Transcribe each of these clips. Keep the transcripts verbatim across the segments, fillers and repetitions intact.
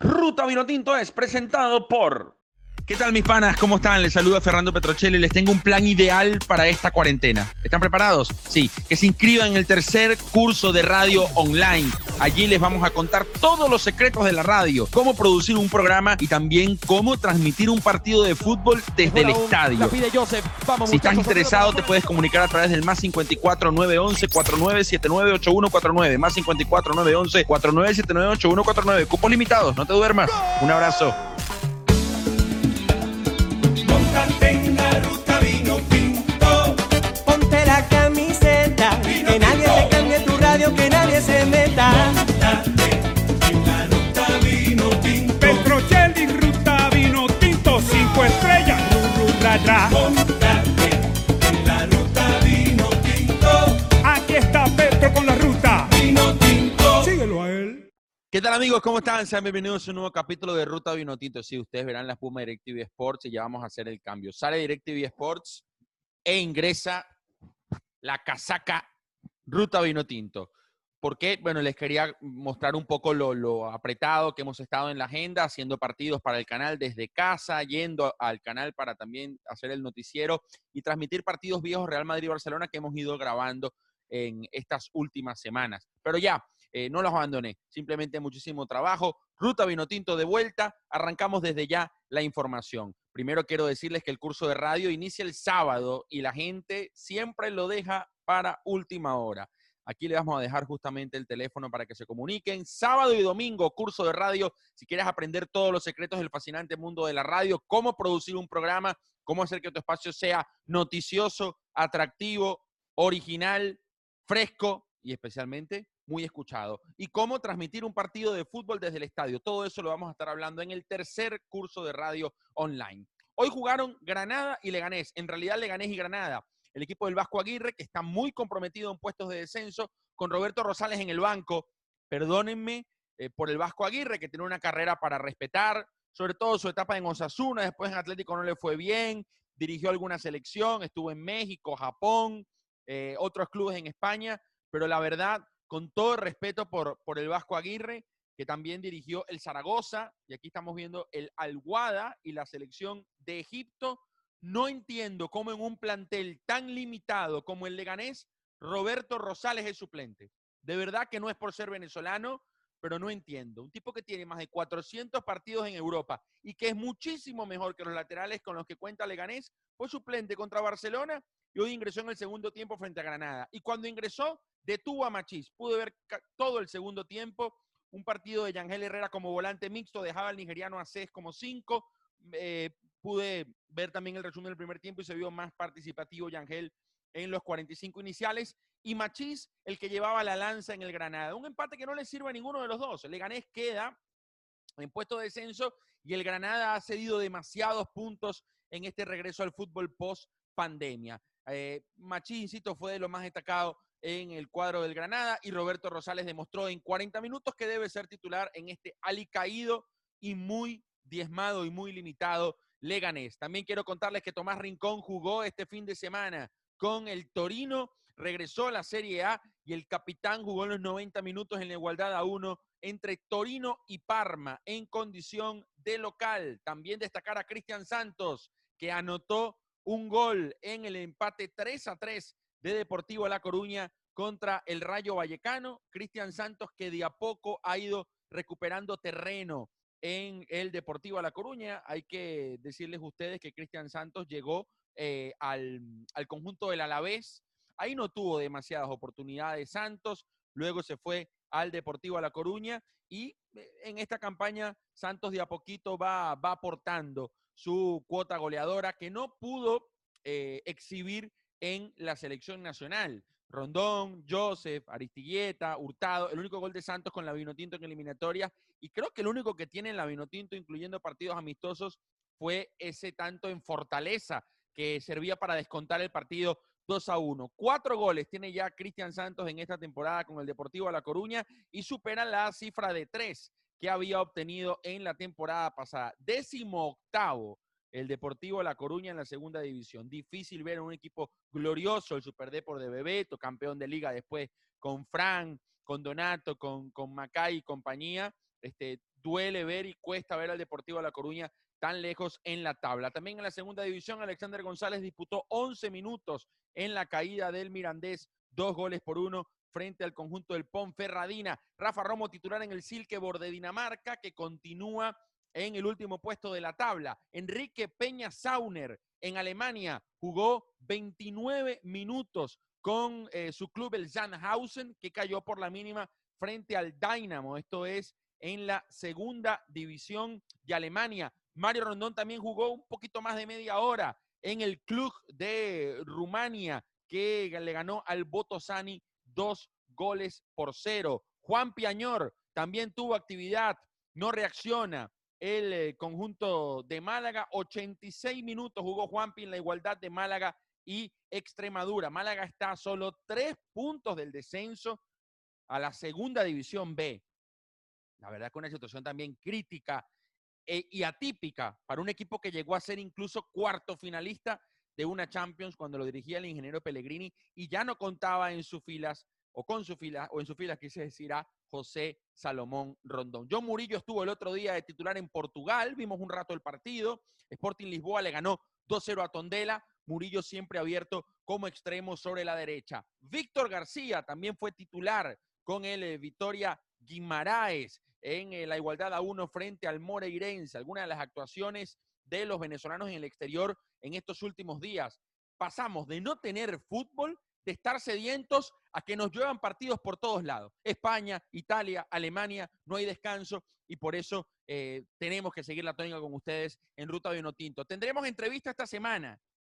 Ruta Vinotinto es presentado por... ¿Qué tal, mis panas? ¿Cómo están? Les saluda Fernando Petrocelli. Les tengo un plan ideal para esta cuarentena. ¿Están preparados? Sí. Que se inscriban en el tercer curso de radio online. Allí les vamos a contar todos los secretos de la radio, cómo producir un programa y también cómo transmitir un partido de fútbol desde el estadio. La pide Joseph. Vamos, si estás muchachos, interesado, te puedes comunicar a través del más cincuenta y cuatro, nueve once, cuarenta y nueve setenta y nueve, ochenta y uno cuarenta y nueve. Más cincuenta y cuatro, nueve once, cuarenta y nueve setenta y nueve, ochenta y uno cuarenta y nueve. Cupos limitados, no te duermas. Un abrazo. En la ruta vino tinto. Ponte la camiseta, Vino que nadie tinto. te cambie tu radio, que nadie se meta. Móntate en la ruta vino tinto. Petrocelli, ruta vino tinto, cinco estrellas, ru, ru, ra, ra. Móntate en la ruta vino tinto. Aquí está Petro con la ruta. Vino tinto. Síguelo a él. ¿Qué tal, amigos? ¿Cómo están? Sean bienvenidos a un nuevo capítulo de Ruta Vinotinto. Sí, ustedes verán la espuma de DirecTV Sports y ya vamos a hacer el cambio. Sale DirecTV Sports e ingresa la casaca Ruta Vinotinto. ¿Por qué? Bueno, les quería mostrar un poco lo, lo apretado que hemos estado en la agenda, haciendo partidos para el canal desde casa, yendo al canal para también hacer el noticiero y transmitir partidos viejos Real Madrid y Barcelona que hemos ido grabando en estas últimas semanas. Pero ya, eh, no los abandoné, simplemente muchísimo trabajo. Ruta Vinotinto de vuelta, arrancamos desde ya la información. Primero quiero decirles que el curso de radio inicia el sábado y la gente siempre lo deja para última hora. Aquí le vamos a dejar justamente el teléfono para que se comuniquen. Sábado y domingo, curso de radio. Si quieres aprender todos los secretos del fascinante mundo de la radio, cómo producir un programa, cómo hacer que tu espacio sea noticioso, atractivo, original, fresco y especialmente muy escuchado. Y cómo transmitir un partido de fútbol desde el estadio. Todo eso lo vamos a estar hablando en el tercer curso de radio online. Hoy jugaron Granada y Leganés. En realidad, Leganés y Granada. El equipo del Vasco Aguirre, que está muy comprometido en puestos de descenso, con Roberto Rosales en el banco. Perdónenme eh, por el Vasco Aguirre, que tiene una carrera para respetar, sobre todo su etapa en Osasuna, después en Atlético no le fue bien, dirigió alguna selección, estuvo en México, Japón, eh, otros clubes en España, pero la verdad, con todo el respeto por, por el Vasco Aguirre, que también dirigió el Zaragoza, y aquí estamos viendo el Al-Wahda y la selección de Egipto. No entiendo cómo en un plantel tan limitado como el Leganés, Roberto Rosales es suplente. De verdad que no es por ser venezolano, pero no entiendo. Un tipo que tiene más de cuatrocientos partidos en Europa y que es muchísimo mejor que los laterales con los que cuenta Leganés, fue suplente contra Barcelona y hoy ingresó en el segundo tiempo frente a Granada. Y cuando ingresó, detuvo a Machís. Pude ver todo el segundo tiempo. Un partido de Yangel Herrera como volante mixto, dejaba al nigeriano a Cés como cinco. Eh, pude ver también el resumen del primer tiempo y se vio más participativo Yangel en los cuarenta y cinco iniciales. Y Machís, el que llevaba la lanza en el Granada. Un empate que no le sirve a ninguno de los dos. El Leganés queda en puesto de descenso y el Granada ha cedido demasiados puntos en este regreso al fútbol post pandemia. Eh, Machís, insisto, fue de lo más destacado en el cuadro del Granada y Roberto Rosales demostró en cuarenta minutos que debe ser titular en este alicaído y muy diezmado y muy limitado Leganés. También quiero contarles que Tomás Rincón jugó este fin de semana con el Torino, regresó a la Serie A y el capitán jugó en los noventa minutos en la igualdad a uno entre Torino y Parma en condición de local. También destacar a Cristian Santos, que anotó un gol en el empate tres a tres de Deportivo La Coruña contra el Rayo Vallecano. Cristian Santos, que de a poco ha ido recuperando terreno en el Deportivo La Coruña. Hay que decirles a ustedes que Cristian Santos llegó eh, al, al conjunto del Alavés. Ahí no tuvo demasiadas oportunidades Santos, luego se fue al Deportivo La Coruña y en esta campaña Santos de a poquito va, va aportando su cuota goleadora que no pudo eh, exhibir en la selección nacional. Rondón, Joseph, Aristigueta, Hurtado, el único gol de Santos con la Vinotinto en eliminatoria y creo que el único que tiene en la Vinotinto, incluyendo partidos amistosos, fue ese tanto en Fortaleza que servía para descontar el partido dos a uno. Cuatro goles tiene ya Cristian Santos en esta temporada con el Deportivo La Coruña y supera la cifra de tres que había obtenido en la temporada pasada. Décimo octavo el Deportivo La Coruña en la segunda división. Difícil ver un equipo glorioso, el Superdepor de Bebeto, campeón de liga después con Fran, con Donato, con, con Macay y compañía. Este, duele ver y cuesta ver al Deportivo La Coruña tan lejos en la tabla. También en la segunda división, Alexander González disputó once minutos en la caída del Mirandés, dos goles por uno frente al conjunto del Ponferradina. Rafa Romo titular en el Silkeborg de Dinamarca, que continúa en el último puesto de la tabla. Enrique Peña Sauner en Alemania jugó veintinueve minutos con eh, su club el Sandhausen, que cayó por la mínima frente al Dynamo. Esto es en la segunda división de Alemania. Mario Rondón también jugó un poquito más de media hora en el club de Rumania, que le ganó al Botoşani dos goles por cero. Juan Piañor también tuvo actividad, no reacciona el eh, conjunto de Málaga. ochenta y seis minutos jugó Juanpi en la igualdad de Málaga y Extremadura. Málaga está a solo tres puntos del descenso a la segunda división B. La verdad que una situación también crítica e, y atípica para un equipo que llegó a ser incluso cuarto finalista de una Champions cuando lo dirigía el ingeniero Pellegrini y ya no contaba en sus filas o con sus filas o en sus filas quise decir a José Salomón Rondón. John Murillo estuvo el otro día de titular en Portugal, vimos un rato el partido. Sporting Lisboa le ganó dos cero a Tondela. Murillo siempre abierto como extremo sobre la derecha. Víctor García también fue titular con el eh, Vitória Guimaraes en eh, la igualdad a uno frente al Moreirense. Algunas de las actuaciones de los venezolanos en el exterior en estos últimos días. Pasamos de no tener fútbol, de estar sedientos, a que nos lluevan partidos por todos lados. España, Italia, Alemania, no hay descanso y por eso eh, tenemos que seguir la tónica con ustedes en Ruta Vinotinto. Tendremos entrevista esta semana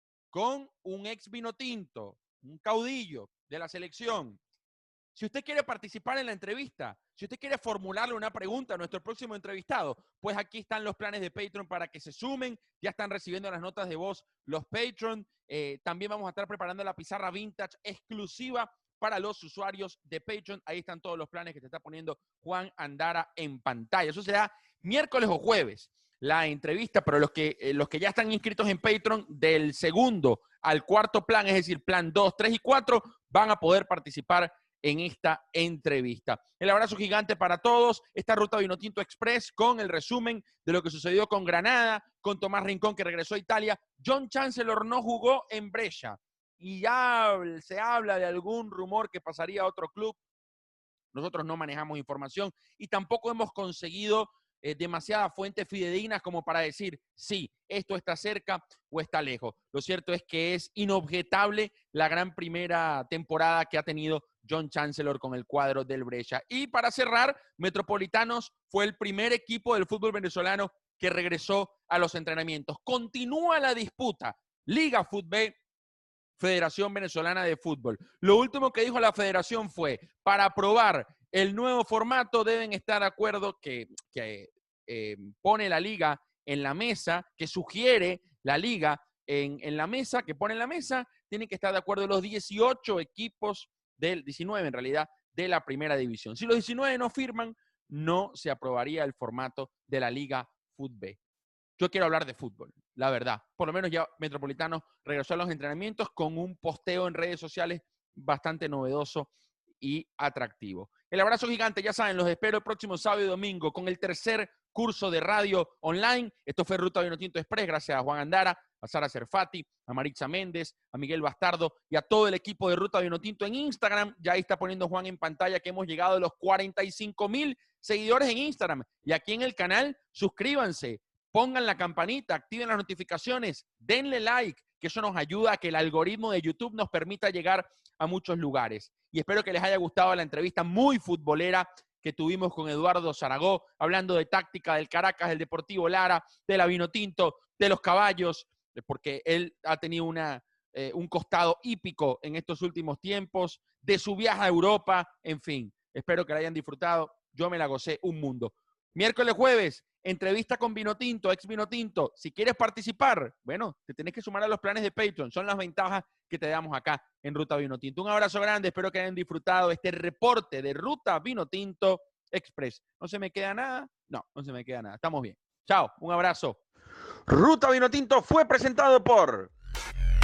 con un ex Vinotinto, un caudillo de la selección. Si usted quiere participar en la entrevista, si usted quiere formularle una pregunta a nuestro próximo entrevistado, pues aquí están los planes de Patreon para que se sumen. Ya están recibiendo las notas de voz los Patreon. Eh, también vamos a estar preparando la pizarra vintage exclusiva para los usuarios de Patreon. Ahí están todos los planes que te está poniendo Juan Andara en pantalla. Eso será miércoles o jueves la entrevista, pero los que, eh, los que ya están inscritos en Patreon del segundo al cuarto plan, es decir, plan dos, tres y cuatro, van a poder participar en esta entrevista. El abrazo gigante para todos. Esta Ruta Vinotinto Express con el resumen de lo que sucedió con Granada, con Tomás Rincón que regresó a Italia. John Chancellor no jugó en Brescia y ya se habla de algún rumor que pasaría a otro club. Nosotros no manejamos información y tampoco hemos conseguido eh, demasiadas fuentes fidedignas como para decir sí, esto está cerca o está lejos. Lo cierto es que es inobjetable la gran primera temporada que ha tenido John Chancellor con el cuadro del Brescia. Y para cerrar, Metropolitanos fue el primer equipo del fútbol venezolano que regresó a los entrenamientos. Continúa la disputa Liga Fútbol, Federación Venezolana de Fútbol. Lo último que dijo la federación fue, para aprobar el nuevo formato deben estar de acuerdo que, que eh, pone la liga en la mesa, que sugiere la liga en, en la mesa, que pone en la mesa, tienen que estar de acuerdo los dieciocho equipos del diecinueve en realidad, de la primera división. Si los diecinueve no firman, no se aprobaría el formato de la Liga Fútbol. Yo quiero hablar de fútbol, la verdad. Por lo menos ya Metropolitano regresó a los entrenamientos con un posteo en redes sociales bastante novedoso y atractivo. El abrazo gigante, ya saben, los espero el próximo sábado y domingo con el tercer curso de radio online. Esto fue Ruta Vinotinto Express, gracias a Juan Andara, a Sara Cerfati, a Maritza Méndez, a Miguel Bastardo y a todo el equipo de Ruta Vinotinto en Instagram. Ya ahí está poniendo Juan en pantalla que hemos llegado a los cuarenta y cinco mil seguidores en Instagram. Y aquí en el canal, suscríbanse, pongan la campanita, activen las notificaciones, denle like, que eso nos ayuda a que el algoritmo de YouTube nos permita llegar a muchos lugares. Y espero que les haya gustado la entrevista muy futbolera que tuvimos con Eduardo Zaragoza, hablando de táctica del Caracas, del Deportivo Lara, de la Vinotinto, de los caballos, porque él ha tenido una, eh, un costado hípico en estos últimos tiempos, de su viaje a Europa, en fin. Espero que la hayan disfrutado. Yo me la gocé un mundo. Miércoles, jueves, entrevista con Vinotinto, ex Vinotinto. Si quieres participar, bueno, te tienes que sumar a los planes de Patreon. Son las ventajas que te damos acá en Ruta Vinotinto. Un abrazo grande, espero que hayan disfrutado este reporte de Ruta Vinotinto Express. ¿No se me queda nada? No, no se me queda nada. Estamos bien. Chao, un abrazo. Ruta Vinotinto fue presentado por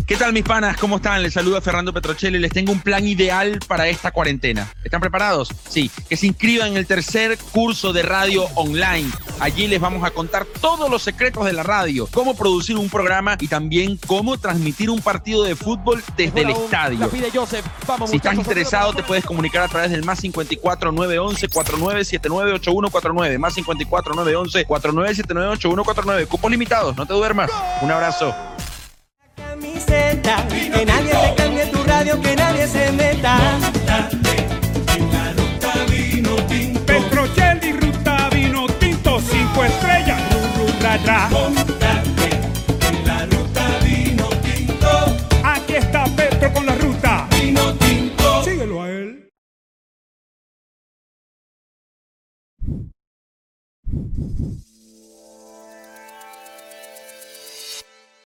¿Qué tal mis panas? ¿Cómo están? Les saluda Fernando Petrocelli. Les tengo un plan ideal para esta cuarentena. ¿Están preparados? Sí. Que se inscriban en el tercer curso de radio online. Allí les vamos a contar todos los secretos de la radio, cómo producir un programa y también cómo transmitir un partido de fútbol desde el estadio. Si estás interesado, te puedes comunicar a través del más cincuenta y cuatro, nueve once, cuarenta y nueve setenta y nueve, ochenta y uno cuarenta y nueve, más cincuenta y cuatro, nueve once, cuarenta y nueve setenta y nueve, ochenta y uno cuarenta y nueve. Cupos limitados, no te duermas. Un abrazo. Camiseta, que nadie te cambie tu radio, que nadie se meta.